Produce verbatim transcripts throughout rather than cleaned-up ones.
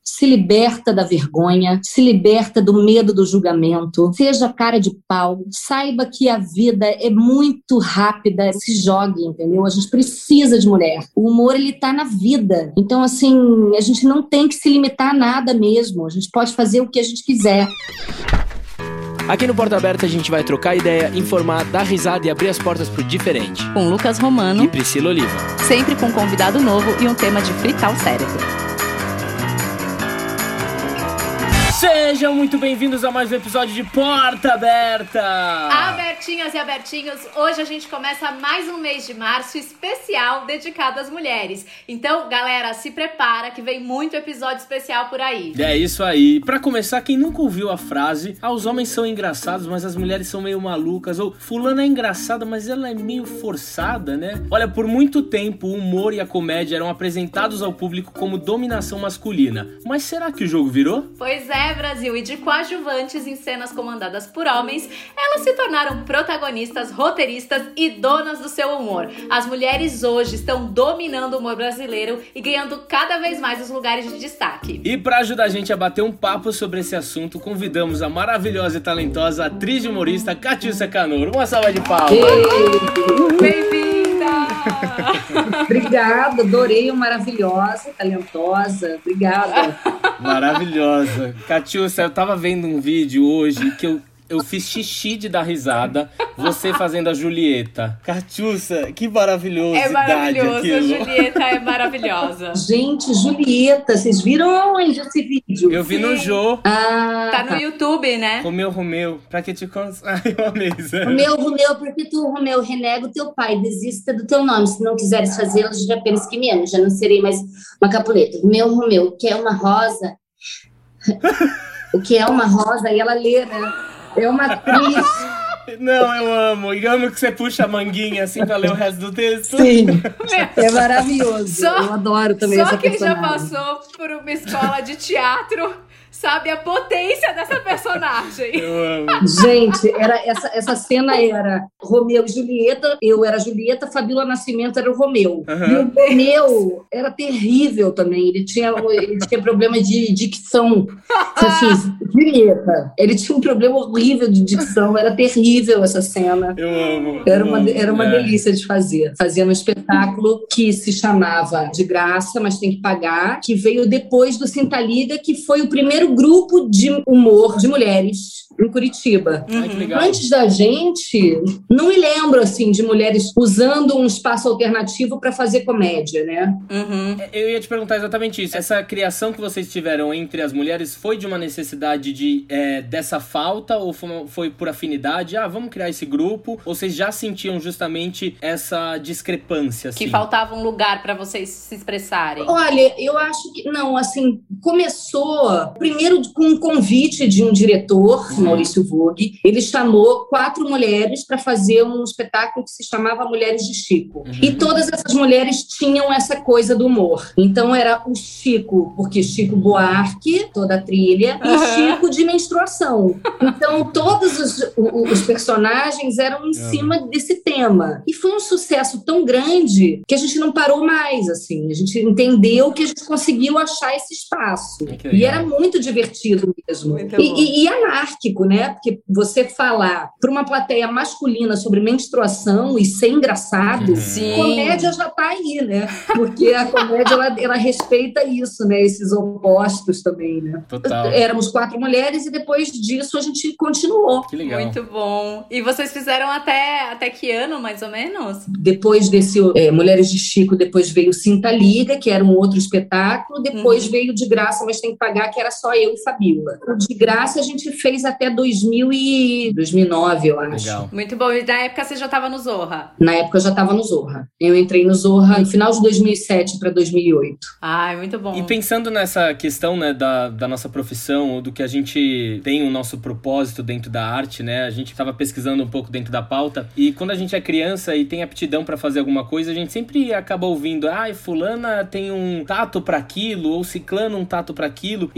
se liberta da vergonha, se liberta do medo do julgamento, seja cara de pau, saiba que a vida é muito rápida, se jogue, entendeu? A gente precisa de mulher. O humor, ele tá na vida. Então, assim, a gente não tem que se limitar a nada mesmo. A gente pode fazer o que a gente quiser. Aqui no Porta Aberta a gente vai trocar ideia, informar, dar risada e abrir as portas pro diferente. Com Lucas Romano e Priscila Oliva. Sempre com um convidado novo e um tema de fritar o cérebro. Sejam muito bem-vindos a mais um episódio de Porta Aberta! Abertinhas e abertinhos, hoje a gente começa mais um mês de março especial dedicado às mulheres. Então, galera, se prepara que vem muito episódio especial por aí. É isso aí. Pra começar, quem nunca ouviu a frase ah, os homens são engraçados, mas as mulheres são meio malucas, ou fulana é engraçada, mas ela é meio forçada, né? Olha, por muito tempo o humor e a comédia eram apresentados ao público como dominação masculina. Mas será que o jogo virou? Pois é, Brasil, e de coadjuvantes em cenas comandadas por homens, elas se tornaram protagonistas, roteiristas e donas do seu humor. As mulheres hoje estão dominando o humor brasileiro e ganhando cada vez mais os lugares de destaque. E para ajudar a gente a bater um papo sobre esse assunto, convidamos a maravilhosa e talentosa atriz e humorista Catiúcia Canoro. Uma salva de palmas! Bem-vinda! Obrigada, adorei, maravilhosa, talentosa, obrigada. Maravilhosa. Catiúcia, eu tava vendo um vídeo hoje que eu, eu fiz xixi de dar risada, você fazendo a Julieta. Catiúcia, que maravilhoso. É maravilhoso, a Julieta é maravilhosa. Gente, Julieta, vocês viram onde esse vídeo? Eu vi Sim. no Jô. Ah, tá no YouTube, né? Romeu, Romeu, pra que te... Cons... Ai, eu amei isso. Romeu, Romeu, porque tu, Romeu, renega o teu pai, desista do teu nome. Se não quiseres fazê-lo, já apenas que menos, já não serei mais uma capuleta. Romeu, Romeu, o que é uma rosa? O que é uma rosa? E ela lê, né? É uma atriz. Não, eu amo. E amo que você puxa a manguinha assim pra ler o resto do texto. Sim, é maravilhoso. Só, eu adoro também só essa quem personagem. já passou por uma escola de teatro sabe a potência dessa personagem. Eu amo. Gente, era, essa, essa cena era Romeu e Julieta, eu era Julieta, Fabíola Nascimento era o Romeu. Uhum. E o Romeu era terrível também, ele tinha, ele tinha problema de dicção. Assim, Julieta, ele tinha um problema horrível de dicção, era terrível essa cena. Eu amo. Era uma, amo. era uma é. delícia de fazer. Fazia um espetáculo que se chamava De Graça, mas tem que pagar, que veio depois do Sinta Liga, que foi o primeiro grupo de humor de mulheres em Curitiba. Ai, que legal. Antes da gente, não me lembro assim de mulheres usando um espaço alternativo para fazer comédia, né? Uhum. Eu ia te perguntar exatamente isso. Essa criação que vocês tiveram entre as mulheres foi de uma necessidade de, é, dessa falta ou foi, foi por afinidade? Ah, vamos criar esse grupo? Ou vocês já sentiam justamente essa discrepância? Assim? Que faltava um lugar para vocês se expressarem. Olha, eu acho que não, assim, começou primeiro com um convite de um diretor, Maurício Vogue. Ele chamou quatro mulheres para fazer um espetáculo que se chamava Mulheres de Chico. Uhum. E todas essas mulheres tinham essa coisa do humor. Então era o Chico, porque Chico Buarque, toda a trilha, e Uhum. Chico de menstruação. Então todos os, os personagens eram em cima desse tema. E foi um sucesso tão grande que a gente não parou mais, assim. A gente entendeu que a gente conseguiu achar esse espaço. Okay. E era muito divertido mesmo. Muito E, bom. e, e anárquico, né? Porque você falar para uma plateia masculina sobre menstruação e ser engraçado, Sim. comédia já tá aí, né? Porque a comédia, ela, ela respeita isso, né? Esses opostos também, né? Total. Éramos quatro mulheres e depois disso a gente continuou. Que legal. Muito bom. E vocês fizeram até, até que ano, mais ou menos? Depois desse é, Mulheres de Chico, depois veio Sinta Liga, que era um outro espetáculo, depois Uhum. veio De Graça, mas tem que pagar, que era só eu e Fabíola. O De Graça a gente fez até dois mil e nove, eu acho. Legal. Muito bom. E na época você já estava no Zorra? Na época eu já estava no Zorra. Eu entrei no Zorra no final de dois mil e sete para dois mil e oito. Ai, muito bom. E pensando nessa questão, né, da, da nossa profissão, ou do que a gente tem o nosso propósito dentro da arte, né, a gente estava pesquisando um pouco dentro da pauta, e quando a gente é criança e tem aptidão para fazer alguma coisa, a gente sempre acaba ouvindo, ah, fulana tem um tato para aquilo, ou ciclano um tato para aquilo, e quando a gente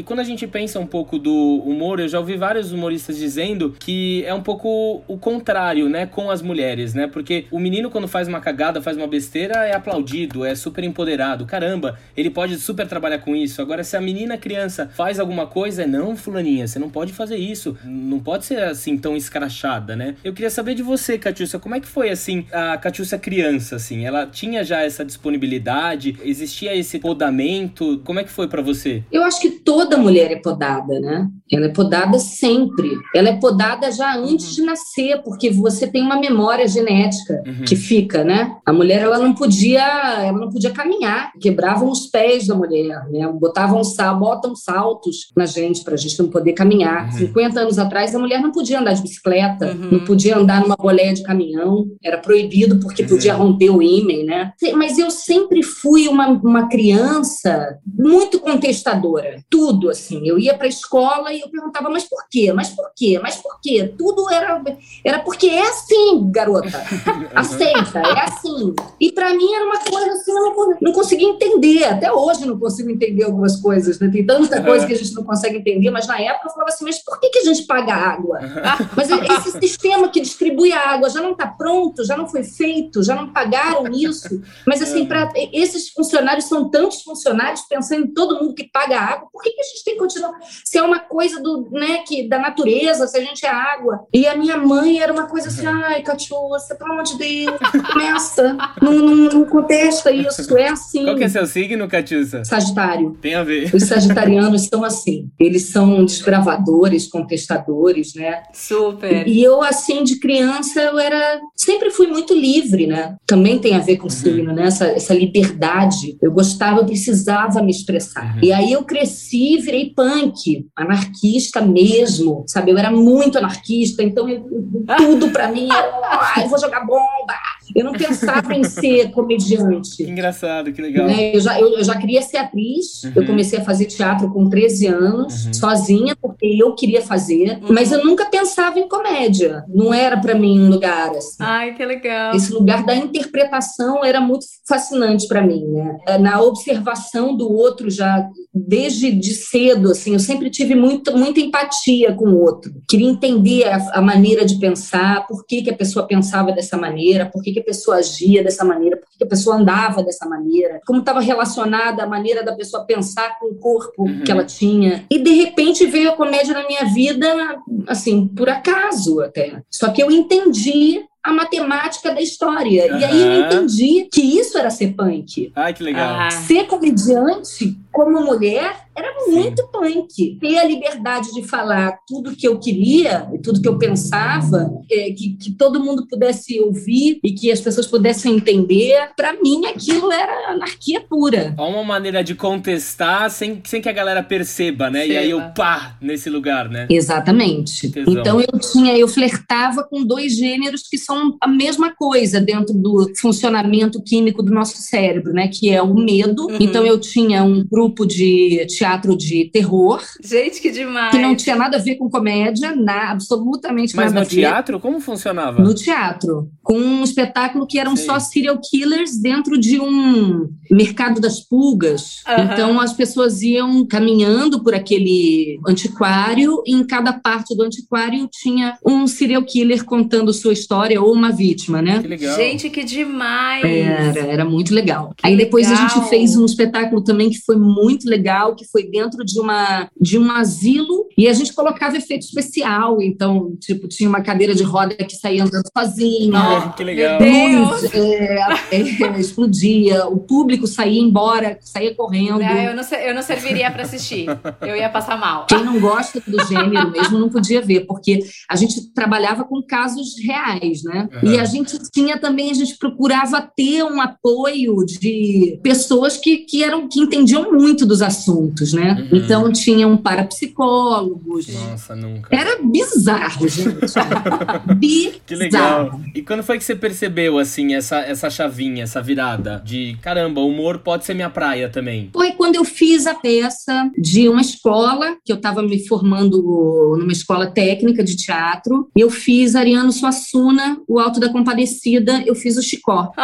gente pensa um pouco do humor, eu já ouvi vários humoristas dizendo que é um pouco o contrário, né, com as mulheres, né? Porque o menino, quando faz uma cagada, faz uma besteira, é aplaudido, é super empoderado. Caramba, ele pode super trabalhar com isso. Agora, se a menina criança faz alguma coisa, é não, fulaninha, você não pode fazer isso. Não pode ser assim tão escrachada, né? Eu queria saber de você, Catiúcia, como é que foi, assim, a Catiúcia criança, assim? Ela tinha já essa disponibilidade? Existia esse podamento? Como é que foi pra você? Eu acho que toda mulher é podada, né? Ela é podada sempre. Ela é podada já antes uhum. de nascer, porque você tem uma memória genética uhum. que fica, né? A mulher, ela não podia, ela não podia caminhar. Quebravam os pés da mulher, né? Botavam sal, botam saltos na gente pra gente não poder caminhar. Uhum. cinquenta anos atrás, a mulher não podia andar de bicicleta, uhum. não podia andar numa boleia de caminhão. Era proibido porque uhum. podia romper o ímen, né? Mas eu sempre fui uma, uma criança muito contestadora. Tudo, assim. Eu ia pra escola e eu perguntava, mas por quê? Mas por quê? Mas por quê? Tudo era, era porque é assim, garota. Aceita, é assim. E pra mim era uma coisa assim, eu não, não conseguia entender. Até hoje não consigo entender algumas coisas, né? Tem tanta coisa que a gente não consegue entender, mas na época eu falava assim, mas por que, que a gente paga água? Mas esse sistema que distribui a água já não está pronto, já não foi feito, já não pagaram isso. Mas assim, pra, esses funcionários são tantos funcionários pensando em todo mundo que paga água, por que, que a gente tem que continuar? Se é uma coisa do, né, que, da natureza, se a gente é água. E a minha mãe era uma coisa assim, ai, Catiúcia, pelo amor de Deus, começa, não, não, não contesta isso, é assim. Qual que é seu signo, Catiúcia? Sagitário. Tem a ver. Os sagitarianos são assim, eles são desbravadores, contestadores, né? Super. E eu, assim, de criança, eu era... Sempre fui muito livre, né? Também tem a ver com o signo, né? Essa, essa liberdade. Eu gostava, eu precisava me expressar. Uhum. E aí eu cresci e virei punk, anarquista mesmo, sabe? Eu era muito anarquista, então eu, tudo pra mim era, ah, eu vou jogar bomba. Eu não pensava em ser comediante. Que engraçado, que legal. Né? Eu, já, eu, eu já queria ser atriz. Uhum. Eu comecei a fazer teatro com treze anos, uhum. sozinha, porque eu queria fazer. Uhum. Mas eu nunca pensava em comédia. Não era pra mim um lugar assim. Ai, que legal. Esse lugar da interpretação era muito fascinante pra mim, né? Na observação do outro já desde de cedo, assim, eu sempre tive muito, muita empatia com o outro. Queria entender a, a maneira de pensar, por que, que a pessoa pensava dessa maneira, por que, que a pessoa agia dessa maneira, por que, que a pessoa andava dessa maneira, como estava relacionada a maneira da pessoa pensar com o corpo uhum. que ela tinha. E, de repente, veio a comédia na minha vida, assim, por acaso até. Só que eu entendi a matemática da história. Uhum. E aí eu entendi que isso era ser punk. Ai, que legal. Ah. Ser comediante como mulher era muito Sim. punk. Ter a liberdade de falar tudo que eu queria, tudo que eu pensava, é, que, que todo mundo pudesse ouvir e que as pessoas pudessem entender, para mim aquilo era anarquia pura. Há uma maneira de contestar sem, sem que a galera perceba, né? Perceba. E aí eu pá, nesse lugar, né? Exatamente. Então eu tinha, eu flertava com dois gêneros que são a mesma coisa dentro do funcionamento químico do nosso cérebro, né? Que é o medo. Uhum. Então eu tinha um grupo de teatro de terror. Gente, que demais! Que não tinha nada a ver com comédia, na, absolutamente Mas nada a ver. Mas no teatro? Como funcionava? No teatro. Com um espetáculo que eram Sim. só serial killers dentro de um mercado das pulgas. Uhum. Então as pessoas iam caminhando por aquele antiquário e em cada parte do antiquário tinha um serial killer contando sua história ou uma vítima, né? Que legal. Gente, que demais! Era, era muito legal. Que Aí depois legal. a gente fez um espetáculo também que foi muito legal, que foi dentro de, uma, de um asilo e a gente colocava efeito especial. Então, tipo, tinha uma cadeira de roda que saía andando sozinha. Oh, que legal. Luz, é, é, explodia, o público saía embora, saía correndo. Não, eu, não, eu não serviria para assistir. Eu ia passar mal. Quem não gosta do gênero mesmo não podia ver, porque a gente trabalhava com casos reais, né? Uhum. E a gente tinha também, a gente procurava ter um apoio de pessoas que, que, eram, que entendiam muito dos assuntos, né? Uhum. Então tinham parapsicólogos. Nossa, nunca. Era bizarro, gente. Bizarro. Que legal. E quando foi que você percebeu, assim, essa, essa chavinha, essa virada de, caramba, o humor pode ser minha praia também? Foi quando eu fiz a peça de uma escola, que eu estava me formando numa escola técnica de teatro, e eu fiz Ariano Suassuna, O Alto da Compadecida, eu fiz o Chicó.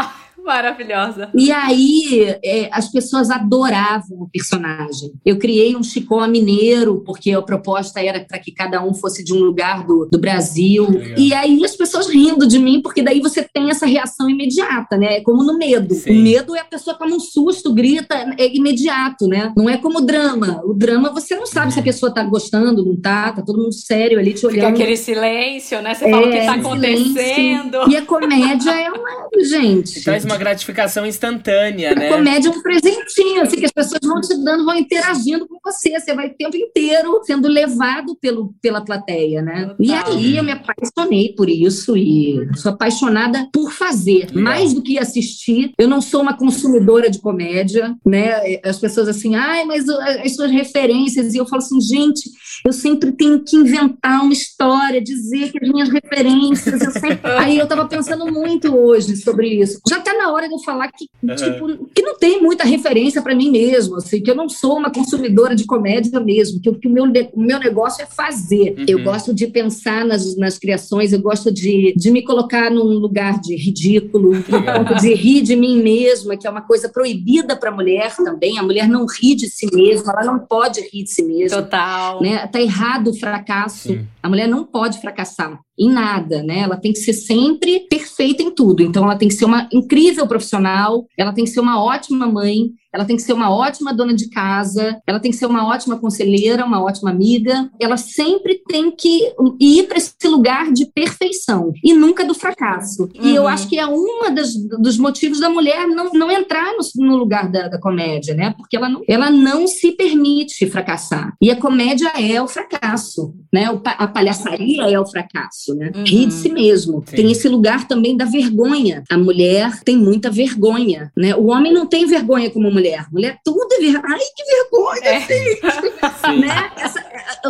Maravilhosa. E aí, é, as pessoas adoravam o personagem. Eu criei um Chicó mineiro, porque a proposta era para que cada um fosse de um lugar do, do Brasil. Legal. E aí as pessoas rindo de mim, porque daí você tem essa reação imediata, né? É como no medo. Sim. O medo é a pessoa toma um susto, grita, é imediato, né? Não é como o drama. O drama você não sabe se a pessoa tá gostando, não tá, tá todo mundo sério ali te olhando. Fica aquele silêncio, né? Você é, fala o que tá acontecendo. Silêncio. E a comédia é uma... Gente... Traz uma gratificação instantânea, né? A comédia é um presentinho, assim, que as pessoas vão te dando, vão interagindo com você. Você vai o tempo inteiro sendo levado pelo, pela plateia, né? Total. E aí eu me apaixonei por isso e sou apaixonada por fazer. Legal. Mais do que assistir. Eu não sou uma consumidora de comédia, né? As pessoas assim, ai, mas as suas referências. E eu falo assim, gente, eu sempre tenho que inventar uma história, dizer que as minhas referências... Eu sempre... Aí eu tava pensando muito hoje sobre isso. Já tá na hora de eu falar que, uhum. tipo, que não tem muita referência para mim mesmo, assim, que eu não sou uma consumidora de comédia mesmo, que, que o, meu, o meu negócio é fazer. Uhum. Eu gosto de pensar nas, nas criações, eu gosto de, de me colocar num lugar de ridículo, no ponto de rir de mim mesma, que é uma coisa proibida para a mulher também. A mulher não ri de si mesma, ela não pode rir de si mesma. Total. Né? Tá errado o fracasso. Sim. A mulher não pode fracassar em nada, né? Ela tem que ser sempre perfeita em tudo. Então, ela tem que ser uma incrível profissional, ela tem que ser uma ótima mãe, ela tem que ser uma ótima dona de casa, ela tem que ser uma ótima conselheira, uma ótima amiga. Ela sempre tem que ir para esse lugar de perfeição e nunca do fracasso. Uhum. E eu acho que é uma das, dos motivos da mulher não, não entrar no, no lugar da, da comédia, né? Porque ela não, ela não se permite fracassar. E a comédia é o fracasso, né? O, a palhaçaria é o fracasso, né? Uhum. Rir de si mesmo. Sim. Tem esse lugar também da vergonha. A mulher tem muita vergonha, né? O homem não tem vergonha como mulher. Mulher, tudo é vergonha. Ai, que vergonha, é. gente! Né? Essa,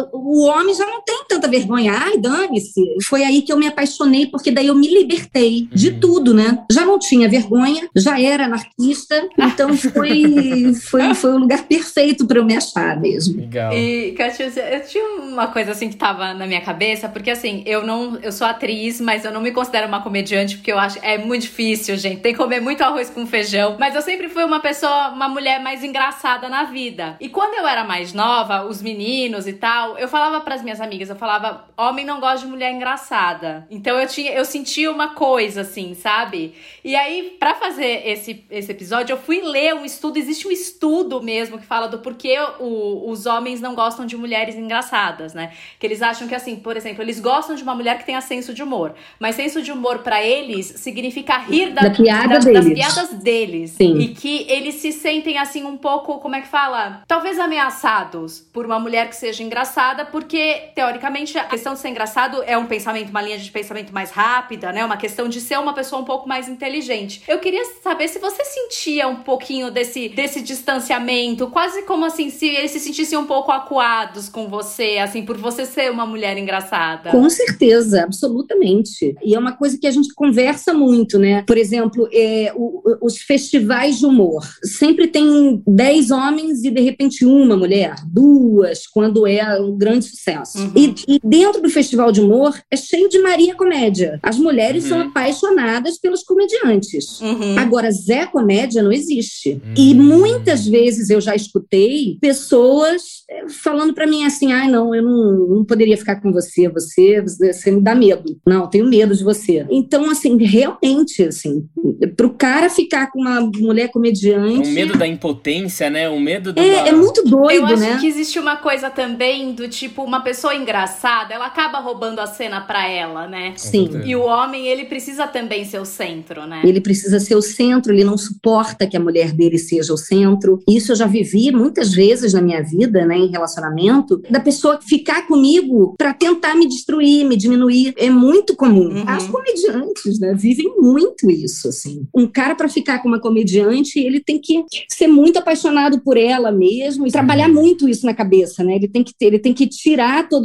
o homem já não tem tanta vergonha. Ai, dane-se. Foi aí que eu me apaixonei, porque daí eu me libertei uhum. de tudo, né? Já não tinha vergonha, já era anarquista, então foi, foi, foi o lugar perfeito para eu me achar mesmo. Legal. E, Catiúcia, eu tinha uma coisa assim que tava na minha cabeça, porque assim, eu não, eu sou atriz, mas eu não me considero uma comediante, porque eu acho é muito difícil, gente. Tem que comer muito arroz com feijão. Mas eu sempre fui uma pessoa, uma mulher mais engraçada na vida. E quando eu era mais nova, os meninos e tal, eu falava pras minhas amigas, eu falava, homem não gosta de mulher engraçada. Então eu tinha, eu sentia uma coisa assim, sabe? E aí, pra fazer esse, esse episódio, eu fui ler um estudo, existe um estudo mesmo que fala do porquê o, os homens não gostam de mulheres engraçadas, né? Que eles acham que assim, por exemplo, eles gostam de uma mulher que tenha senso de humor, mas senso de humor pra eles significa rir da, da piada da, deles. das piadas deles. Sim. E que eles se sentem assim um pouco, como é que fala? Talvez ameaçados por uma mulher que seja engraçada, porque teoricamente a questão de ser engraçado é um pensamento, uma linha de pensamento mais rápida, né? Uma questão de ser uma pessoa um pouco mais inteligente. Eu queria saber se você sentia um pouquinho desse, desse distanciamento, quase como assim, se eles se sentissem um pouco acuados com você, assim, por você ser uma mulher engraçada. Com certeza, absolutamente. E é uma coisa que a gente conversa muito, né? Por exemplo, é, o, os festivais de humor. Sempre tem dez homens e, de repente, uma mulher, duas, quando é um grande sucesso. Uhum. E, e dentro do festival de humor é cheio de Maria Comédia. As mulheres uhum. são apaixonadas pelos comediantes. Uhum. Agora, Zé Comédia não existe. Uhum. E muitas vezes eu já escutei pessoas falando pra mim assim, ai, ah, não, eu não, não poderia ficar com você, você, você me dá medo. Não, eu tenho medo de você. Então, assim, realmente, assim, pro cara ficar com uma mulher comediante... É um medo da impotência, né? Um medo do... É, é muito doido, eu acho né? que existe uma coisa também do tipo, uma pessoa engraçada, ela acaba roubando a cena pra ela, né? Sim. E o homem, ele precisa também ser o centro, né? Ele precisa ser o centro, ele não suporta que a mulher dele seja o centro. Isso eu já vivi muitas vezes na minha vida, né, em relacionamento, da pessoa ficar comigo pra tentar me destruir, me diminuir. É muito comum. Uhum. As comediantes, né, vivem muito isso, assim. Um cara pra ficar com uma comediante, ele tem que ser muito apaixonado por ela mesmo e trabalhar muito isso na cabeça, né? Ele tem que ter, ele tem que tirar todos esses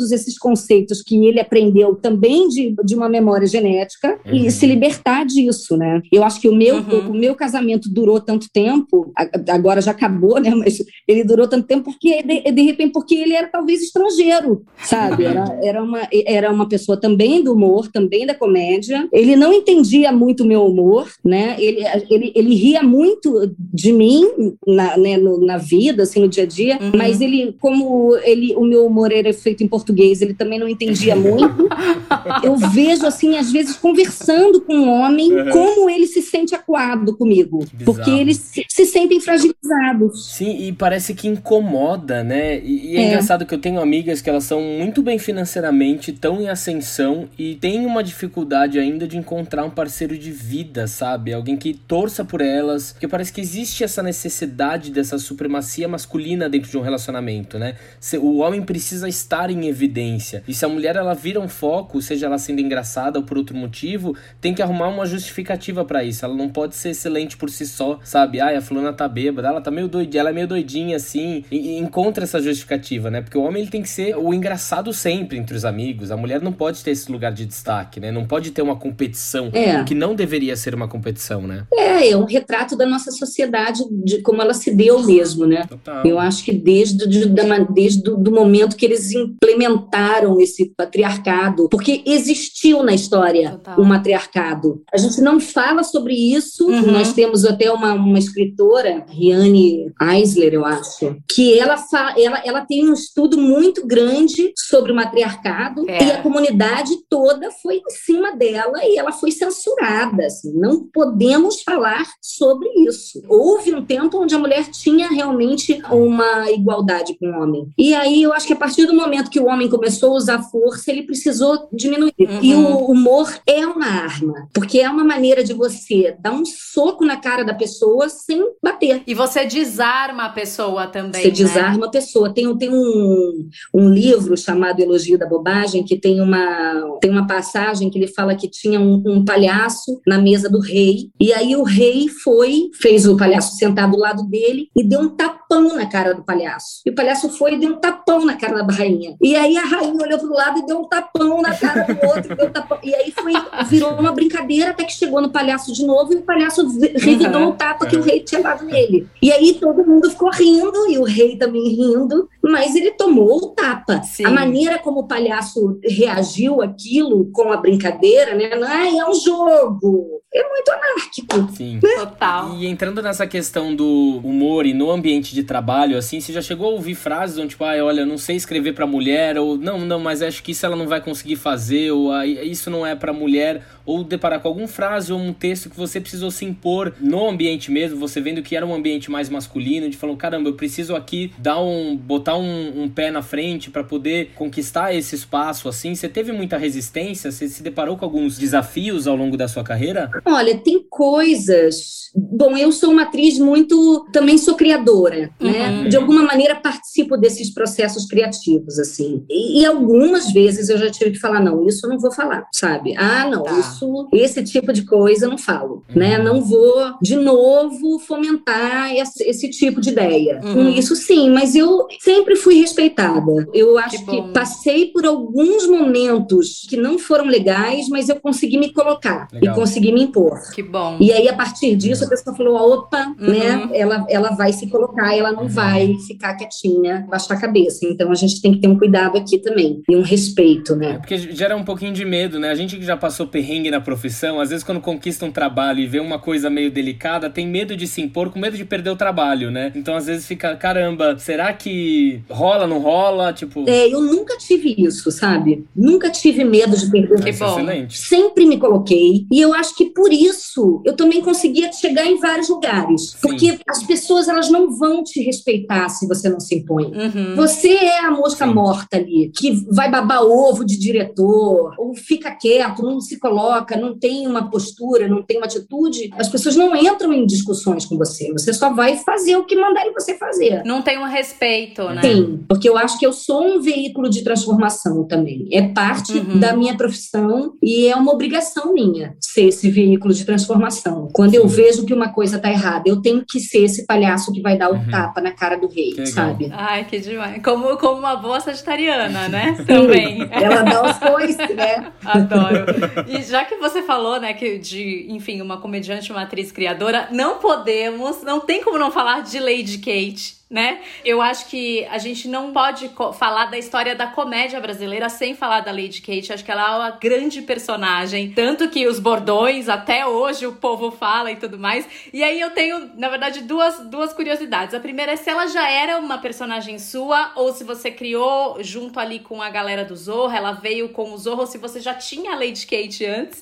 conceitos que ele aprendeu também de, de uma memória genética uhum. e se libertar disso, né? Eu acho que o meu, uhum. o, o meu casamento durou tanto tempo, agora já acabou, né? Mas ele durou tanto tempo porque, de, de repente, porque ele era talvez estrangeiro, sabe? Era, era, uma, era uma pessoa também do humor, também da comédia. Ele não entendia muito o meu humor, né? Ele, ele, ele ria muito de mim na, né, no, na vida, assim, no dia a dia, uhum. mas ele, como ele, o meu humor era feito em português, ele também não entendia muito. Eu vejo, assim, às vezes, conversando com um homem, uhum. como ele se sente acuado comigo. Porque eles se, se sentem fragilizados. Sim, e parece que incomoda, né? E, e é, é engraçado que eu tenho amigas que elas são muito bem financeiramente, estão em ascensão e têm uma dificuldade ainda de encontrar um parceiro de vida, sabe? Alguém que torça por elas, porque parece que existe essa necessidade dessa supremacia masculina dentro de um relacionamento, né? O homem precisa estar em evidência. E se a mulher, ela vira um foco, seja ela sendo engraçada ou por outro motivo, tem que arrumar uma justificativa pra isso. Ela não pode ser excelente por si só, sabe? Ai, a fulana tá bêbada, ela tá meio doidinha, ela é meio doidinha, assim, e, e encontra essa justificativa, né? Porque o homem, ele tem que ser o engraçado sempre entre os amigos. A mulher não pode ter esse lugar de destaque, né? Não pode ter uma competição, é. que não deveria ser uma competição, né? É, é um retrato da nossa sociedade, de como ela se deu mesmo, né? Total. Eu acho que desde, de, desde o do momento que eles implementaram esse patriarcado, porque existiu na história Total. um matriarcado. A gente não fala sobre isso, uhum. nós temos até uma, uma escritora, Riane Eisler, eu acho, que ela, fala, ela, ela tem um estudo muito grande sobre o matriarcado é. e a comunidade toda foi em cima dela e ela foi censurada, assim, não podemos falar sobre isso. Houve um tempo onde a mulher tinha realmente uma igualdade com o homem. E aí eu acho que a partir do momento que o homem começou a usar força, ele precisou diminuir. Uhum. E o humor é uma arma, porque é uma maneira de você dar um soco na cara da pessoa sem bater. E você desarma a pessoa também, Você né? desarma a pessoa. Tem, tem um, um livro chamado Elogio da Bobagem, que tem uma, tem uma passagem que ele fala que tinha um, um palhaço na mesa do rei, e aí o rei foi, fez o palhaço sentar do lado dele e deu um tapão na cara do palhaço. E o palhaço foi e deu um tapão na cara da rainha. E aí a rainha olhou pro lado e deu um tapão na cara do outro, deu um tapão. E aí foi, virou uma brincadeira até que chegou no palhaço de novo e o palhaço revidou uhum. o tapa que o rei tinha dado nele. E aí todo mundo ficou rindo e o rei também rindo, mas ele tomou o tapa. Sim. A maneira como o palhaço reagiu àquilo com a brincadeira, né? Ai, é um jogo. É muito anárquico. Sim. Né? Total. E entrando nessa questão do humor e no ambiente de trabalho, assim, você já chegou a ouvir frases onde, tipo, ah, olha, eu não sei escrever pra mulher, ou não, não, mas acho que isso ela não vai conseguir fazer, ou ah, isso não é pra mulher, ou deparar com alguma frase ou um texto que você precisou se impor no ambiente mesmo, você vendo que era um ambiente mais masculino, de falar, caramba, eu preciso aqui dar um, botar um, um pé na frente pra poder conquistar esse espaço, assim. Você teve muita resistência? Você se deparou com alguns desafios ao longo da sua carreira? Olha, tem coisas... Bom, eu sou uma atriz muito... Também sou criadora, uhum. né? De alguma maneira participo desses processos criativos, assim. E, e algumas vezes eu já tive que falar, não, isso eu não vou falar, sabe? Ah, não, tá. isso... Esse tipo de coisa eu não falo, uhum. né? Não vou, de novo, fomentar esse, esse tipo de ideia. Uhum. Isso sim, mas eu sempre fui respeitada. Eu acho que, que passei por alguns momentos que não foram legais, mas eu consegui me colocar. Legal. E consegui me impor. Que bom. E aí, a partir disso, a pessoa falou, opa, uhum. né? Ela, ela vai se colocar, ela não uhum. vai ficar quietinha, baixar a cabeça. Então, a gente tem que ter um cuidado aqui também. E um respeito, né? É porque gera um pouquinho de medo, né? A gente que já passou perrengue na profissão, às vezes quando conquista um trabalho e vê uma coisa meio delicada, tem medo de se impor, com medo de perder o trabalho, né? Então, às vezes fica, caramba, será que rola, não rola? Tipo... É, eu nunca tive isso, sabe? Nunca tive medo de perder o trabalho. Que bom. Excelente. Sempre me coloquei. E eu acho que por isso eu também conseguia chegar em vários lugares. Sim. Porque as pessoas, elas não vão te respeitar se você não se impõe. Uhum. Você é a mosca Sim. morta ali, que vai babar ovo de diretor, ou fica quieto, não se coloca, não tem uma postura, não tem uma atitude. As pessoas não entram em discussões com você. Você só vai fazer o que mandarem você fazer. Não tem um respeito, né? Sim, porque eu acho que eu sou um veículo de transformação também. É parte uhum. da minha profissão e é uma obrigação minha ser esse veículo de transformação. Quando eu vejo que uma coisa tá errada, eu tenho que ser esse palhaço que vai dar o uhum. tapa na cara do rei, sabe? Ai, que demais. Como, como uma boa sagitariana, né? Também. Ela dá os coices, né? Adoro. E já que você falou, né, que de, enfim, uma comediante, uma atriz criadora, não podemos, não tem como não falar de Lady Kate, né? Eu acho que a gente não pode falar da história da comédia brasileira sem falar da Lady Kate. Acho que ela é uma grande personagem, tanto que os bordões até hoje o povo fala e tudo mais. E aí eu tenho, na verdade, duas, duas curiosidades. A primeira é se ela já era uma personagem sua ou se você criou junto ali com a galera do Zorro, ela veio com o Zorro, ou se você já tinha a Lady Kate antes.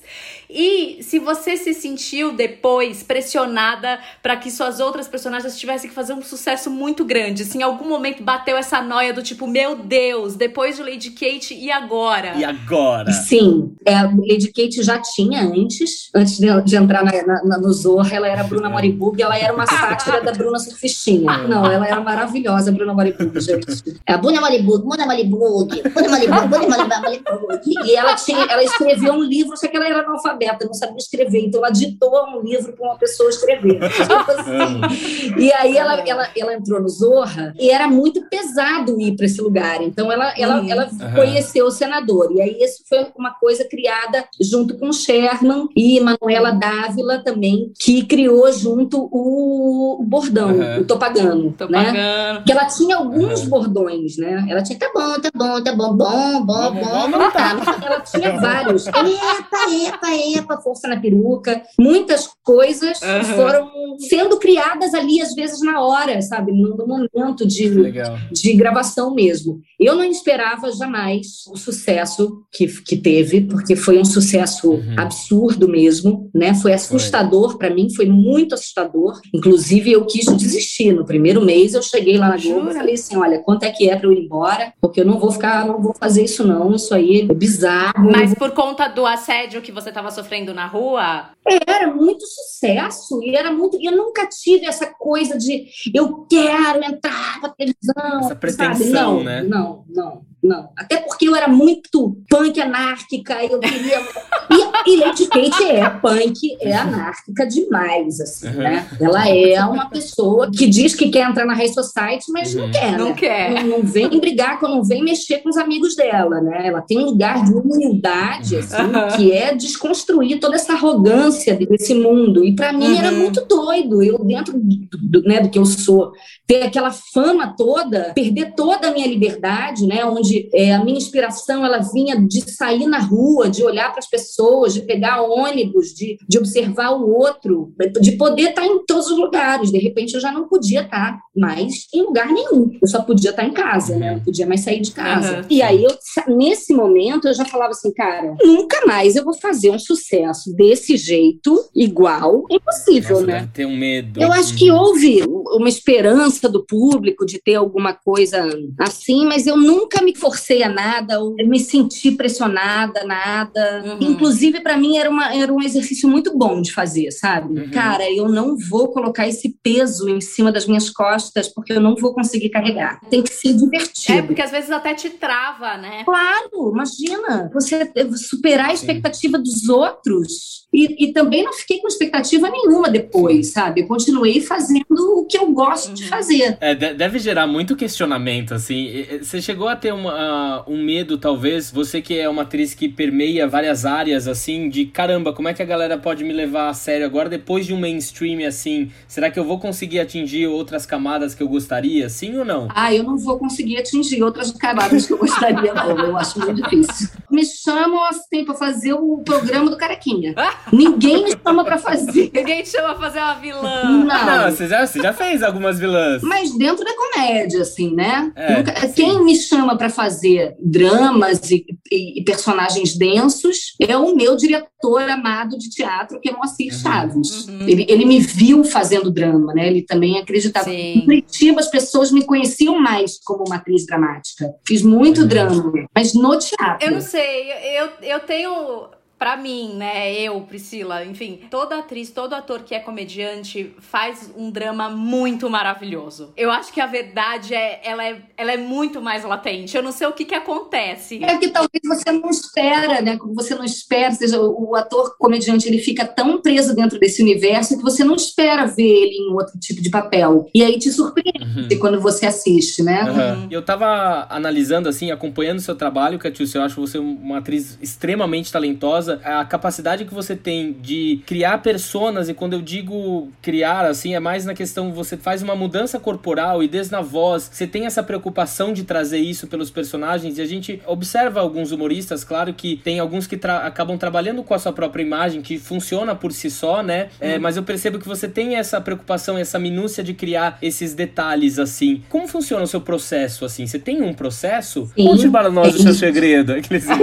E se você se sentiu depois pressionada para que suas outras personagens tivessem que fazer um sucesso muito grande. Se em algum momento bateu essa noia do tipo, meu Deus, depois de Lady Kate, e agora? E agora? Sim, é, a Lady Kate já tinha antes, antes de, de entrar na, na, no Zorro, ela era a Bruna Moribug, ela era uma sátira da Bruna Surfistinha. Não, ela era maravilhosa, a Bruna Moribug, gente. É a Bruna Moribug, Bruna Moribug, Bruna Moribug, Bruna Moribug. E ela, tinha, ela escreveu um livro, só que ela era analfabeta, não sabia escrever, então ela ditou um livro para uma pessoa escrever. Tipo assim. E aí ela, ela, ela entrou no Zorra e era muito pesado ir para esse lugar. Então ela, ela, uhum. ela conheceu o senador. E aí isso foi uma coisa criada junto com Sherman e Manuela Dávila também, que criou junto o, o bordão, uhum. o Topagano. Topagano. Né? Que ela tinha alguns uhum. bordões, né? Ela tinha, tá bom, tá bom, tá bom, bom, bom, bom, bom, tá. Ela tinha vários. Epa, epa, epa, força na peruca. Muitas coisas uhum. foram sendo criadas ali, às vezes, na hora, sabe? No momento de, de gravação mesmo. Eu não esperava jamais o sucesso que, que teve, porque foi um sucesso uhum. absurdo mesmo, né? Foi assustador para mim, foi muito assustador. Inclusive, eu quis desistir. No primeiro mês, eu cheguei lá na Globo e falei assim, olha, quanto é que é para eu ir embora? Porque eu não vou ficar, não vou fazer isso não, isso aí é bizarro. Mas por conta do assédio que você estava sofrendo na rua? Era muito sucesso, e era muito... Eu nunca tive essa coisa de eu quero entrar pra televisão. Essa pretensão, sabe? Não, né? Não, não, não. Até porque eu era muito punk anárquica, eu queria... E, e Lady Kate é punk, é anárquica demais, assim, uhum. né? Ela é uma pessoa que diz que quer entrar na High Society, mas uhum. não quer, Não né? quer. Não, não vem brigar, não vem mexer com os amigos dela, né? Ela tem um lugar de humildade, assim, uhum. que é desconstruir toda essa arrogância desse mundo. E para mim uhum. era muito doido. Eu, dentro do, do, né, do que eu sou, ter aquela fama toda, perder toda a minha liberdade, né? Onde é, a minha inspiração ela vinha de sair na rua, de olhar para as pessoas, de pegar ônibus, de, de observar o outro, de poder estar em todos os lugares. De repente eu já não podia estar mais em lugar nenhum. Eu só podia estar em casa, né? Eu não podia mais sair de casa. Uhum. E aí, eu, nesse momento, eu já falava assim, cara, nunca mais eu vou fazer um sucesso desse jeito, igual. Impossível, Nossa, né? Deve ter um medo. Eu acho que houve uma esperança do público de ter alguma coisa assim, mas eu nunca me forcei a nada, ou me senti pressionada, nada. Uhum. Inclusive, para mim, era, uma, era um exercício muito bom de fazer, sabe? Uhum. Cara, eu não vou colocar esse peso em cima das minhas costas, porque eu não vou conseguir carregar. Tem que ser divertido. É, porque às vezes até te trava, né? Claro, imagina. Você superar a expectativa Sim. dos outros. E, e também não fiquei com expectativa nenhuma depois, sabe? Eu continuei fazendo o que eu gosto uhum. de fazer. É, deve gerar muito questionamento, assim. Você chegou a ter uma, uh, um medo, talvez, você que é uma atriz que permeia várias áreas, assim, de caramba, como é que a galera pode me levar a sério agora, depois de um mainstream, assim? Será que eu vou conseguir atingir outras camadas que eu gostaria, sim ou não? Ah, eu não vou conseguir atingir outras camadas que eu gostaria, não. Eu acho muito difícil. Me chamam, assim, pra fazer o programa do Carequinha. Ninguém me chama pra fazer. Ninguém te chama pra fazer uma vilã. Não. Não, você já, você já fez algumas vilãs. Mas dentro da comédia, assim, né? É, Nunca, quem me chama pra fazer dramas e, e, e personagens densos é o meu diretor amado de teatro, que é Moacir uhum. Chaves. Uhum. Ele, ele me viu fazendo drama, né? Ele também acreditava. Sim. Em Curitiba, as pessoas me conheciam mais como uma atriz dramática. Fiz muito uhum. drama, mas no teatro. Eu não sei, eu, eu tenho... pra mim, né, eu, Priscila, enfim, toda atriz, todo ator que é comediante faz um drama muito maravilhoso. Eu acho que a verdade é, ela é, ela é muito mais latente. Eu não sei o que que acontece. É que talvez você não espera, né? Como você não espera, seja, o, o ator comediante, ele fica tão preso dentro desse universo que você não espera ver ele em outro tipo de papel. E aí te surpreende uhum. quando você assiste, né? Uhum. Eu tava analisando, assim, acompanhando o seu trabalho, Catiúcia, eu acho você uma atriz extremamente talentosa. A capacidade que você tem de criar personas, e quando eu digo criar, assim, é mais na questão, você faz uma mudança corporal e desde na voz, você tem essa preocupação de trazer isso pelos personagens, e a gente observa alguns humoristas, claro que tem alguns que tra- acabam trabalhando com a sua própria imagem, que funciona por si só, né? É, mas eu percebo que você tem essa preocupação, essa minúcia de criar esses detalhes, assim. Como funciona o seu processo, assim? Você tem um processo? Sim. Conte para nós o seu segredo.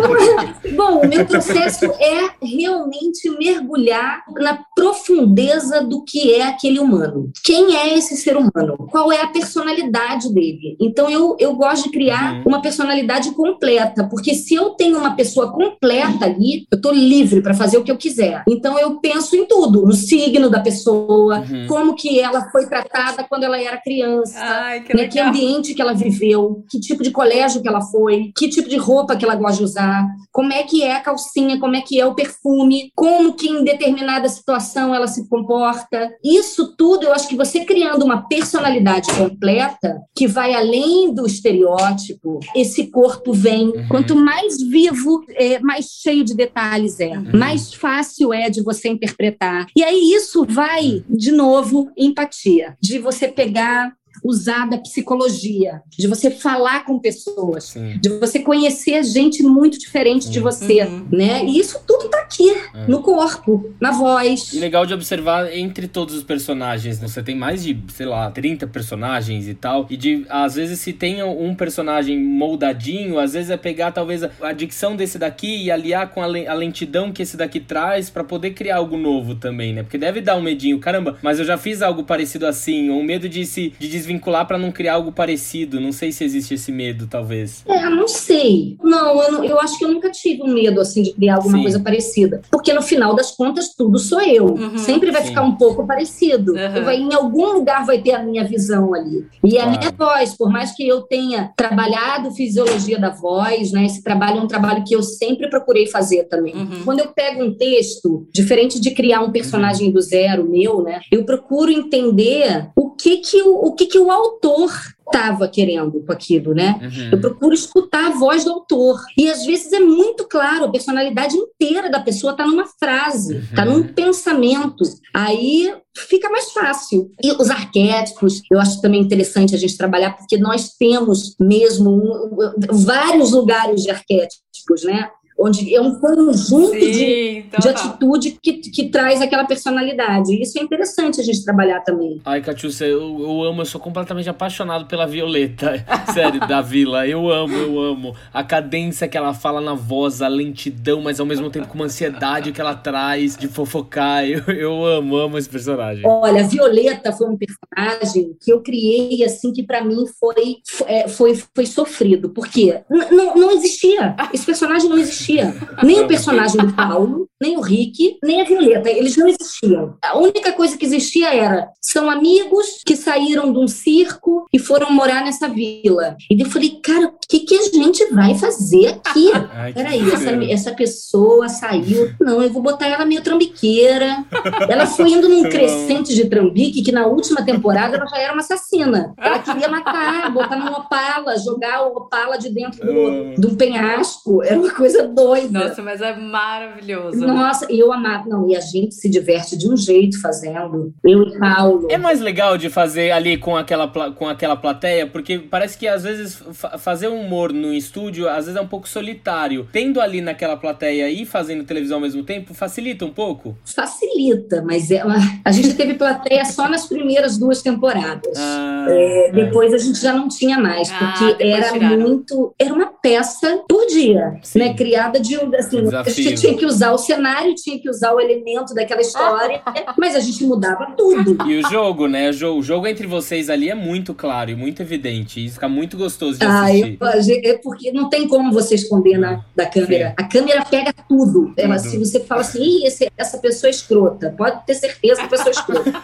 Bom, o meu processo é realmente mergulhar na profundeza do que é aquele humano. Quem é esse ser humano? Qual é a personalidade dele? Então, eu, eu gosto de criar uhum. uma personalidade completa, porque se eu tenho uma pessoa completa ali, eu tô livre para fazer o que eu quiser. Então, eu penso em tudo, no signo da pessoa, uhum. como que ela foi tratada quando ela era criança, Ai, que, né, que ambiente que ela viveu, que tipo de colégio que ela foi, que tipo de roupa que ela gosta de usar, como é que é a calcinha, como é que é o perfume, como que em determinada situação ela se comporta. Isso tudo, eu acho que você criando uma personalidade completa, que vai além do estereótipo, esse corpo vem. Uhum. Quanto mais vivo, é, mais cheio de detalhes é, uhum. mais fácil é de você interpretar. E aí isso vai, de novo, empatia, de você pegar, usar da psicologia, de você falar com pessoas, Sim. de você conhecer gente muito diferente Sim. de você, uhum. né? E isso tudo tá aqui, é. no corpo, na voz. E legal de observar entre todos os personagens, né? Você tem mais de, sei lá, trinta personagens e tal, e de, às vezes, se tem um personagem moldadinho, às vezes é pegar, talvez, a dicção desse daqui e aliar com a lentidão que esse daqui traz pra poder criar algo novo também, né? Porque deve dar um medinho, caramba, mas eu já fiz algo parecido assim, ou um medo de se de desvincular pra não criar algo parecido. Não sei se existe esse medo, talvez. É, não sei. Não, eu, não, eu acho que eu nunca tive um medo, assim, de criar alguma Sim. coisa parecida. Porque, no final das contas, tudo sou eu. Uhum. Sempre vai Sim. ficar um pouco parecido. Uhum. Vai, em algum lugar vai ter a minha visão ali. E claro. a minha voz, por mais que eu tenha trabalhado fisiologia da voz, né? Esse trabalho é um trabalho que eu sempre procurei fazer também. Uhum. Quando eu pego um texto, diferente de criar um personagem uhum. do zero meu, né? Eu procuro entender o que que o, o, que que o autor estava querendo com aquilo, né? Uhum. Eu procuro escutar a voz do autor. E às vezes é muito claro, a personalidade inteira da pessoa está numa frase, está uhum. num pensamento. Aí fica mais fácil. E os arquétipos, eu acho também interessante a gente trabalhar, porque nós temos mesmo um, um, vários lugares de arquétipos, né? Onde é um conjunto Sim, de, então de atitude que, que traz aquela personalidade. Isso é interessante a gente trabalhar também. Ai, Catiúcia, eu, eu amo, eu sou completamente apaixonado pela Violeta, sério, da Vila. Eu amo, eu amo. A cadência que ela fala na voz, a lentidão, mas ao mesmo tempo com uma ansiedade que ela traz de fofocar. Eu, eu amo, amo esse personagem. Olha, a Violeta foi um personagem que eu criei, assim, que pra mim foi, foi, foi, foi sofrido. Por quê? N- não, não existia. Esse personagem não existia. Nem o personagem do Paulo, nem o Rick, nem a Violeta. Eles não existiam. A única coisa que existia era, são amigos que saíram de um circo e foram morar nessa vila. E eu falei, cara, o que, que a gente vai fazer aqui? Ai, Peraí, essa, essa pessoa saiu. Não, eu vou botar ela meio trambiqueira. Ela foi indo num crescente de trambique que na última temporada ela já era uma assassina. Ela queria matar, botar numa opala, jogar o opala de dentro do, do penhasco. Era uma coisa doida. Nossa, mas é maravilhoso. Nossa, e eu amava. Não, e a gente se diverte de um jeito fazendo. Eu e Paulo. É mais legal de fazer ali com aquela, com aquela plateia, porque parece que às vezes fa- fazer humor no estúdio, às vezes é um pouco solitário. Tendo ali naquela plateia e fazendo televisão ao mesmo tempo, facilita um pouco? Facilita, mas é uma... a gente teve plateia só nas primeiras duas temporadas. Ah, é, depois é. a gente já não tinha mais, porque ah, era tiraram. muito... Era uma peça por dia, Sim. né? Criada de um... Assim, a gente tinha que usar o cenário, tinha que usar o elemento daquela história, mas a gente mudava tudo. E o jogo, né? O jogo, o jogo entre vocês ali é muito claro e muito evidente. Isso fica muito gostoso de ah, assistir. Eu, é porque porque não tem como você esconder na, da câmera. Sim. A câmera pega tudo. Ela, se você fala assim, Ih, esse, essa pessoa é escrota, pode ter certeza que a pessoa é escrota.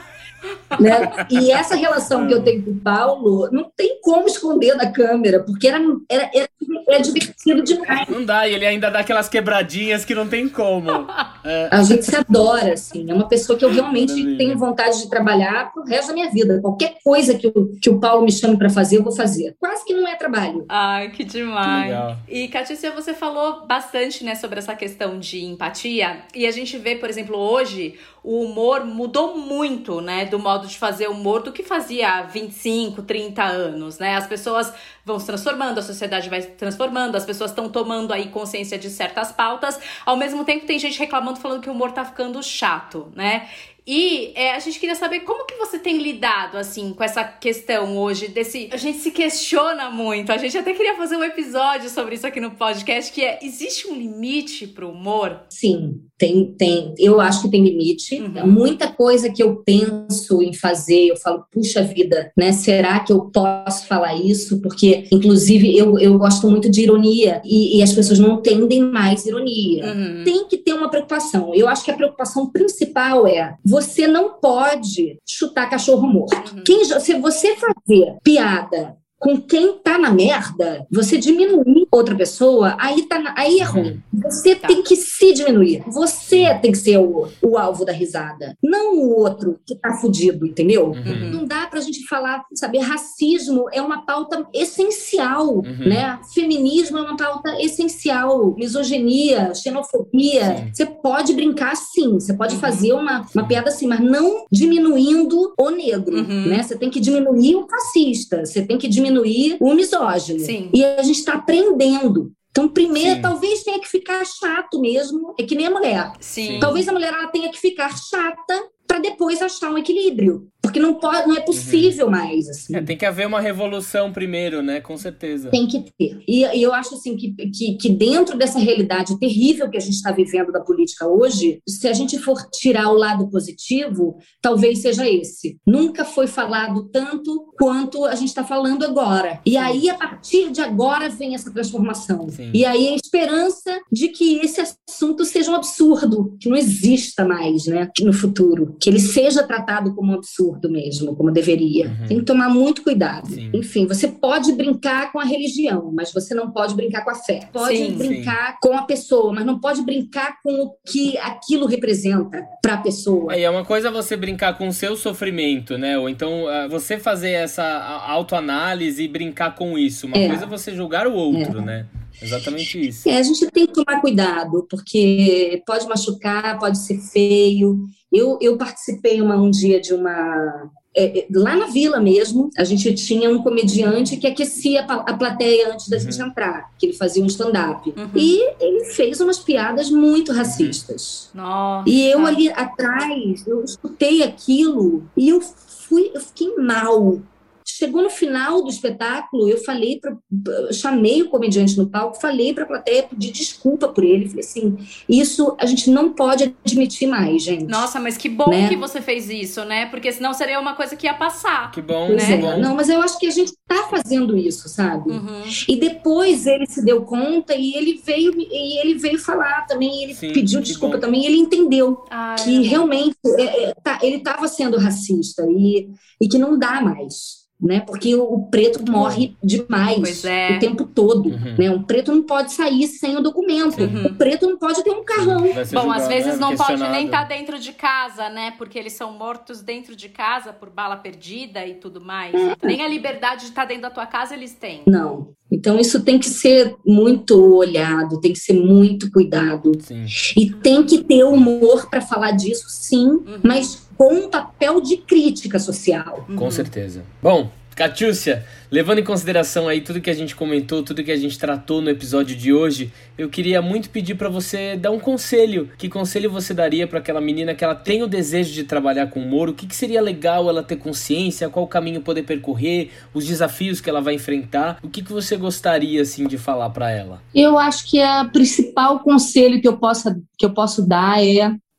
Né? E essa relação que eu tenho com o Paulo não tem como esconder da câmera, porque era, era, era, era divertido demais. Não dá, e ele ainda dá aquelas quebradinhas que não tem como. É. A gente se adora, assim. É uma pessoa que eu realmente Maravilha. tenho vontade de trabalhar pro resto da minha vida. Qualquer coisa que o, que o Paulo me chame para fazer, eu vou fazer. Quase que não é trabalho. Ai, que demais. Que e, Catiúcia, você falou bastante, né, sobre essa questão de empatia. E a gente vê, por exemplo, hoje, o humor mudou muito, né, do modo de fazer humor do que fazia há vinte e cinco, trinta anos, né? As pessoas vão se transformando, a sociedade vai se transformando, as pessoas estão tomando aí consciência de certas pautas. Ao mesmo tempo, tem gente reclamando, falando que o humor tá ficando chato, né? E é, a gente queria saber como que você tem lidado, assim, com essa questão hoje desse... A gente se questiona muito, a gente até queria fazer um episódio sobre isso aqui no podcast, que é, existe um limite pro humor? Sim, tem, tem. Eu acho que tem limite. Uhum. Muita coisa que eu penso em fazer, eu falo, puxa vida, né? Será que eu posso falar isso? Porque, inclusive, eu, eu gosto muito de ironia e, e as pessoas não entendem mais ironia. Uhum. Tem que ter uma preocupação. Eu acho que a preocupação principal é... Você não pode chutar cachorro morto. Uhum. Quem, se você fazer piada com quem tá na merda, você diminuir outra pessoa, aí, tá, aí é ruim. Você tá. tem que se diminuir. Você tem que ser o, o alvo da risada. Não o outro que tá fudido, entendeu? Uhum. Não dá pra gente falar, sabe, racismo é uma pauta essencial, uhum. né? Feminismo é uma pauta essencial. Misoginia, xenofobia. Sim. Você pode brincar sim, você pode uhum. fazer uma, uma piada assim, mas não diminuindo o negro, uhum. né? Você tem que diminuir o fascista, você tem que diminuir diminuir o misógino. Sim. E a gente está aprendendo. Então, primeiro, Sim. talvez tenha que ficar chato mesmo. É que nem a mulher. Sim. Talvez a mulher ela tenha que ficar chata para depois achar um equilíbrio. Porque não, pode, não é possível uhum. mais. Assim. É, tem que haver uma revolução primeiro, né? Com certeza. Tem que ter. E, e eu acho assim, que, que, que dentro dessa realidade terrível que a gente está vivendo da política hoje, se a gente for tirar o lado positivo, talvez seja esse. Nunca foi falado tanto quanto a gente está falando agora. E Sim. aí, a partir de agora, vem essa transformação. Sim. E aí, a esperança de que esse assunto seja um absurdo, que não exista mais, né? No futuro. Que ele seja tratado como um absurdo mesmo, como deveria. Uhum. Tem que tomar muito cuidado. Sim. Enfim, você pode brincar com a religião, mas você não pode brincar com a fé. Pode sim, brincar sim. com a pessoa, mas não pode brincar com o que aquilo representa para a pessoa. É, e é uma coisa você brincar com o seu sofrimento, né? Ou então uh, você fazer essa autoanálise e brincar com isso. Uma é. coisa é você julgar o outro, é. né? Exatamente isso. É, a gente tem que tomar cuidado, porque pode machucar, pode ser feio. Eu, eu participei uma, um dia de uma... É, lá na Vila mesmo, a gente tinha um comediante que aquecia a plateia antes da uhum. gente entrar, que ele fazia um stand-up. Uhum. E ele fez umas piadas muito racistas. Nossa. E eu ali atrás, eu escutei aquilo e eu, fui, eu fiquei mal. Chegou no final do espetáculo, eu falei pra, eu chamei o comediante no palco, falei para a plateia, pedi desculpa por ele, falei assim, isso a gente não pode admitir mais, gente. Nossa, mas que bom né? que você fez isso, né? Porque senão seria uma coisa que ia passar. Que bom, pois né? É. Bom. Não, mas eu acho que a gente tá fazendo isso, sabe? Uhum. E depois ele se deu conta e ele veio, e ele veio falar também, ele Sim, pediu desculpa bom. também, e ele entendeu Ai, que realmente é, é, tá, ele estava sendo racista e, e que não dá mais. Né? Porque o, o preto morre demais é. o tempo todo. Uhum. Né? Um preto não pode sair sem o documento. Uhum. O preto não pode ter um carrão. Bom, julgado, às vezes né? não pode nem estar tá dentro de casa, né? Porque eles são mortos dentro de casa por bala perdida e tudo mais. É. Então, nem a liberdade de estar tá dentro da tua casa eles têm. Não. Então isso tem que ser muito olhado, tem que ser muito cuidado. Sim. E tem que ter humor para falar disso, sim, uhum. mas com um papel de crítica social. Com uhum. certeza. Bom, Catiúcia, levando em consideração aí tudo que a gente comentou, tudo que a gente tratou no episódio de hoje, eu queria muito pedir para você dar um conselho. Que conselho você daria para aquela menina que ela tem o desejo de trabalhar com humor? O que, que seria legal ela ter consciência? Qual o caminho poder percorrer? Os desafios que ela vai enfrentar? O que, que você gostaria assim de falar para ela? Eu acho que o principal conselho que eu, possa, que eu posso dar é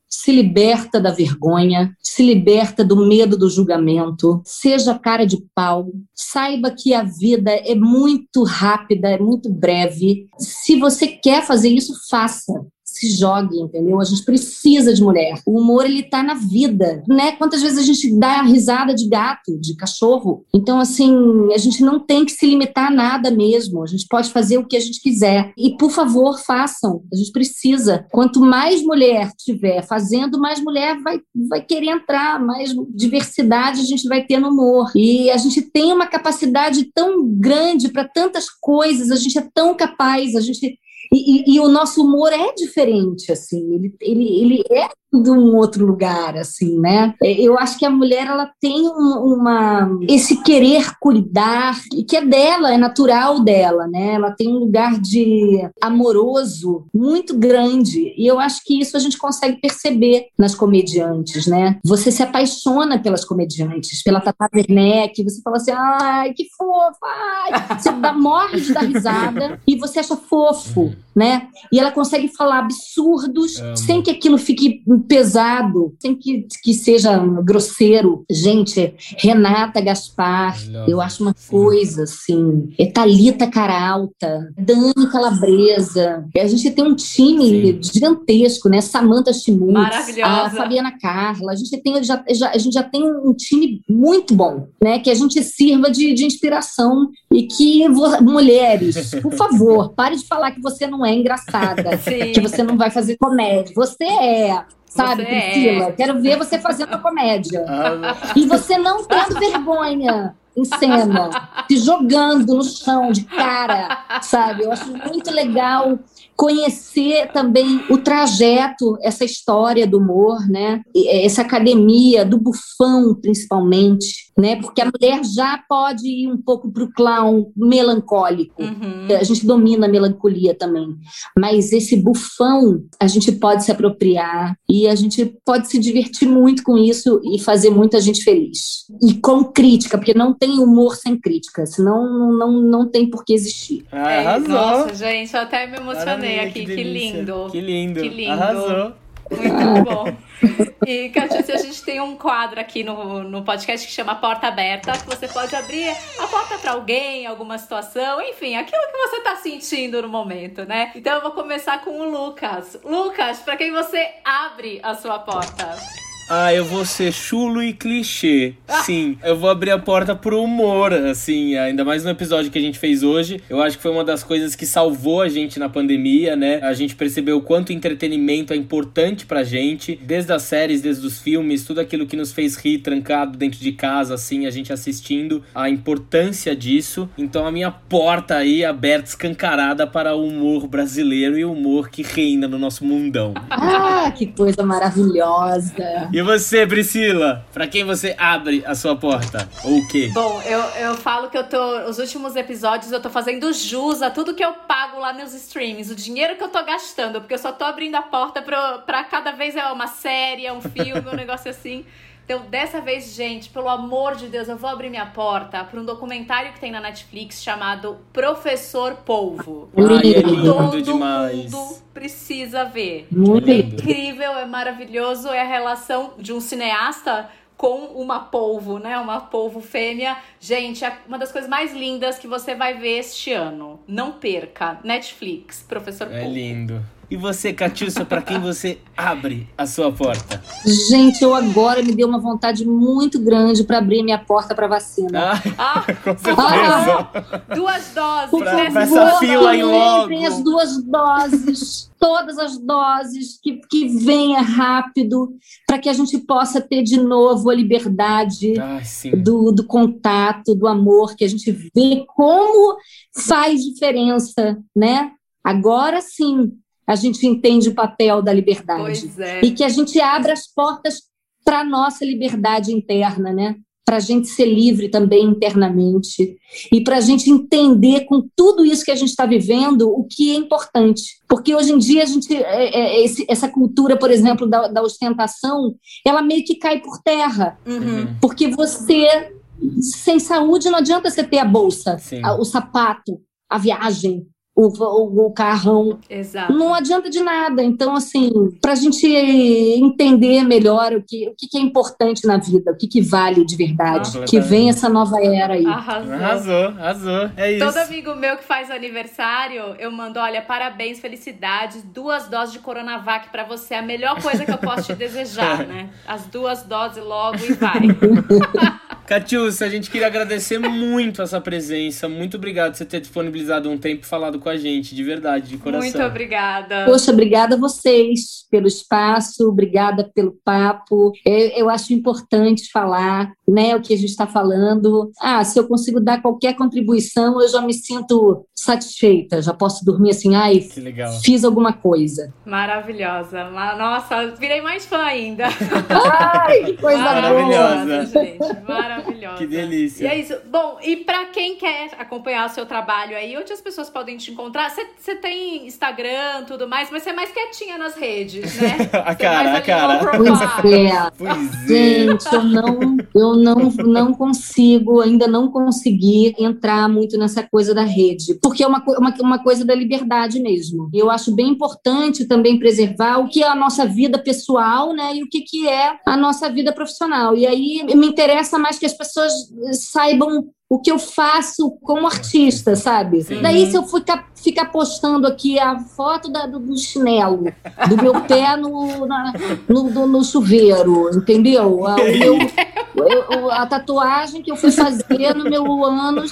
se liberta da vergonha, se liberta do medo do julgamento, seja cara de pau, saiba que a vida é muito rápida, é muito breve. Se você quer fazer isso, faça. Se jogue, entendeu? A gente precisa de mulher. O humor, ele tá na vida, né? Quantas vezes a gente dá a risada de gato, de cachorro? Então, assim, a gente não tem que se limitar a nada mesmo. A gente pode fazer o que a gente quiser. E, por favor, façam. A gente precisa. Quanto mais mulher tiver fazendo, mais mulher vai, vai querer entrar, mais diversidade a gente vai ter no humor. E a gente tem uma capacidade tão grande para tantas coisas, a gente é tão capaz, a gente... E, e, e o nosso humor é diferente, assim, ele, ele, ele é de um outro lugar, assim, né? Eu acho que a mulher, ela tem um, uma, esse querer cuidar, que é dela, é natural dela, né? Ela tem um lugar de amoroso muito grande, e eu acho que isso a gente consegue perceber nas comediantes, né? Você se apaixona pelas comediantes, pela Tata Werneck, você fala assim, ai, que fofa, ai. Você dá, morre de dar risada, e você acha fofo, né? E ela consegue falar absurdos, Amo. sem que aquilo fique pesado, sem que, que seja grosseiro. Gente, Renata Gaspar, eu acho uma Sim. coisa assim, é Thalita Caralta, Dani Calabresa, a gente tem um time Sim. gigantesco, né? Samantha Schmutz, a Fabiana Carla, a gente, tem, já, já, a gente já tem um time muito bom, né? Que a gente sirva de, de inspiração e que, mulheres, por favor, pare de falar que você não é engraçada, Sim. que você não vai fazer comédia. Você é... Sabe, você Priscila? É. Quero ver você fazendo a comédia. Ah, e você não tendo vergonha em cena, se jogando no chão de cara, sabe? Eu acho muito legal conhecer também o trajeto, essa história do humor, né? Essa academia do bufão, principalmente, né? Porque a mulher já pode ir um pouco para o clown melancólico. Uhum. A gente domina a melancolia também. Mas esse bufão, a gente pode se apropriar e a gente pode se divertir muito com isso e fazer muita gente feliz. E com crítica, porque não tem humor sem crítica, senão não, não, não tem por que existir. Ah, é, nossa, gente, eu até me emocionei. Aqui, que, que lindo. Que lindo. Que lindo. Arrasou. Muito bom. E, Catiúcia, a gente tem um quadro aqui no, no podcast que chama Porta Aberta, que você pode abrir a porta para alguém, alguma situação, enfim, aquilo que você tá sentindo no momento, né? Então eu vou começar com o Lucas. Lucas, para quem você abre a sua porta? Ah, eu vou ser chulo e clichê. Sim, eu vou abrir a porta pro humor, assim, ainda mais no episódio que a gente fez hoje. Eu acho que foi uma das coisas que salvou a gente na pandemia, né? A gente percebeu o quanto o entretenimento é importante pra gente, desde as séries, desde os filmes, tudo aquilo que nos fez rir trancado dentro de casa, assim, a gente assistindo, a importância disso. Então a minha porta aí aberta, escancarada para o humor brasileiro e o humor que reina no nosso mundão. Ah, que coisa maravilhosa! E você, Priscila? Pra quem você abre a sua porta? Ou o quê? Bom, eu, eu falo que eu tô... Os últimos episódios eu tô fazendo jus a tudo que eu pago lá nos streams. O dinheiro que eu tô gastando. Porque eu só tô abrindo a porta pra, pra cada vez é uma série, é um filme, um negócio assim. Então, dessa vez, gente, pelo amor de Deus, eu vou abrir minha porta para um documentário que tem na Netflix chamado Professor Polvo. Ai, é lindo Todo demais. mundo precisa ver. Muito é incrível, é maravilhoso, é a relação de um cineasta com uma polvo, né? Uma polvo fêmea. Gente, é uma das coisas mais lindas que você vai ver este ano. Não perca. Netflix, Professor Polvo. É lindo. E você, Catiúcia, pra quem você abre a sua porta? Gente, eu agora me deu uma vontade muito grande pra abrir minha porta pra vacina. Ah, ah com certeza. Ah, duas doses. Por pra, favor, pra essa fila aí logo. Entrem as duas doses, todas as doses, que, que venha rápido, para que a gente possa ter de novo a liberdade Ai, sim. do, do contato, do amor, que a gente vê como faz diferença, né? Agora sim, a gente entende o papel da liberdade. Pois é. E que a gente abra as portas para a nossa liberdade interna, né? Para a gente ser livre também internamente. E para a gente entender com tudo isso que a gente está vivendo o que é importante. Porque hoje em dia, a gente, é, é, esse, essa cultura, por exemplo, da, da ostentação, ela meio que cai por terra. Uhum. Porque você, sem saúde, não adianta você ter a bolsa, a, o sapato, a viagem, o, o, o carrão. Exato. Não adianta de nada. Então, assim, para a gente entender melhor o que, o que é importante na vida, o que, que vale de verdade, ah, que vem essa nova era aí. Arrasou. Arrasou, arrasou. É isso. Todo amigo meu que faz aniversário, eu mando, olha, parabéns, felicidades, duas doses de Coronavac pra você, a melhor coisa que eu posso te desejar, né? As duas doses logo e vai. Catiúcia, a gente queria agradecer muito essa presença. Muito obrigado por você ter disponibilizado um tempo e falado com a gente, de verdade, de coração. Muito obrigada. Poxa, obrigada a vocês pelo espaço, obrigada pelo papo. Eu, eu acho importante falar, né, o que a gente está falando. Ah, se eu consigo dar qualquer contribuição, eu já me sinto satisfeita. Já posso dormir assim, ai, que legal. Fiz alguma coisa. Maravilhosa. Nossa, virei mais fã ainda. Ai, que coisa maravilhosa, boa. Gente, maravilhosa. Que delícia. E é isso. Bom, e pra quem quer acompanhar o seu trabalho aí, onde as pessoas podem te encontrar? Você tem Instagram, tudo mais, mas você é mais quietinha nas redes, né? a cara, a cara. Pois é. Pois Gente, eu não, eu não, não consigo, ainda não consegui entrar muito nessa coisa da rede, porque é uma, uma, uma coisa da liberdade mesmo. Eu acho bem importante também preservar o que é a nossa vida pessoal, né, e o que, que é a nossa vida profissional. E aí me interessa mais que as pessoas saibam o que eu faço como artista, sabe? Sim. Daí, se eu ficar, ficar postando aqui a foto da, do, do chinelo, do meu pé no, na, no, do, no chuveiro, entendeu? A, o meu, eu, a tatuagem que eu fui fazer no meu ânus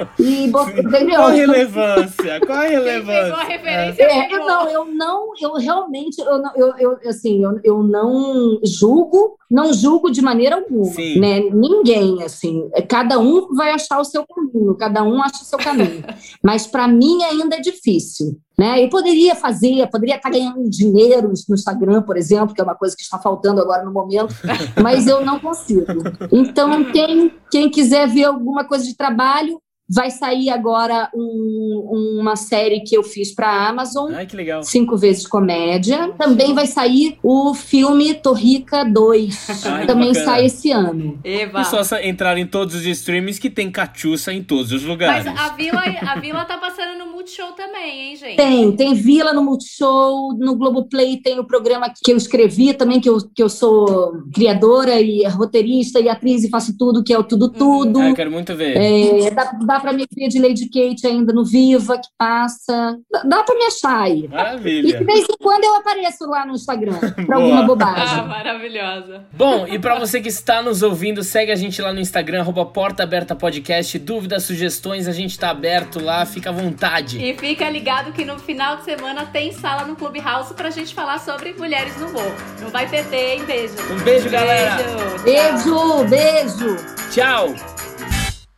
e entendeu? Qual a relevância? Qual a relevância? Pegou a referência. É, eu não, eu não, eu realmente, eu, não, eu, eu, assim, eu, eu não julgo, não julgo de maneira alguma, Sim. né? Ninguém, assim, cada um vai achar o seu caminho, cada um acha o seu caminho, mas para mim ainda é difícil, né? Eu poderia fazer, poderia estar ganhando dinheiro no Instagram, por exemplo, que é uma coisa que está faltando agora no momento, mas eu não consigo. Então, quem, quem quiser ver alguma coisa de trabalho, vai sair agora um, uma série que eu fiz para a Amazon. Ai, que legal. Cinco vezes comédia. Também vai sair o filme Torrica dois. Ai, também bacana. Sai esse ano. Eva. É só entrar em todos os streams que tem Catiúcia em todos os lugares. Mas a Vila, a Vila tá passando no Multishow também, hein, gente? Tem, tem Vila no Multishow, no Globoplay tem o programa que eu escrevi também, que eu, que eu sou criadora e roteirista e atriz e faço tudo, que é o Tudo Tudo. Ah, eu quero muito ver. É, dá, dá pra me ver de Lady Kate ainda no Viva, que passa. Dá, dá pra me achar aí. Maravilha. E de vez em quando eu apareço lá no Instagram pra alguma bobagem. Ah, maravilhosa. Bom, e pra você que está nos ouvindo, segue a gente lá no Instagram, arroba Porta Aberta Podcast. Dúvidas, sugestões, a gente tá aberto lá, fica à vontade. E fica ligado que no final de semana tem sala no Clubhouse pra gente falar sobre mulheres no humor. Não vai perder, hein? Beijo. Um beijo, galera. Beijo. Beijo, beijo. Tchau.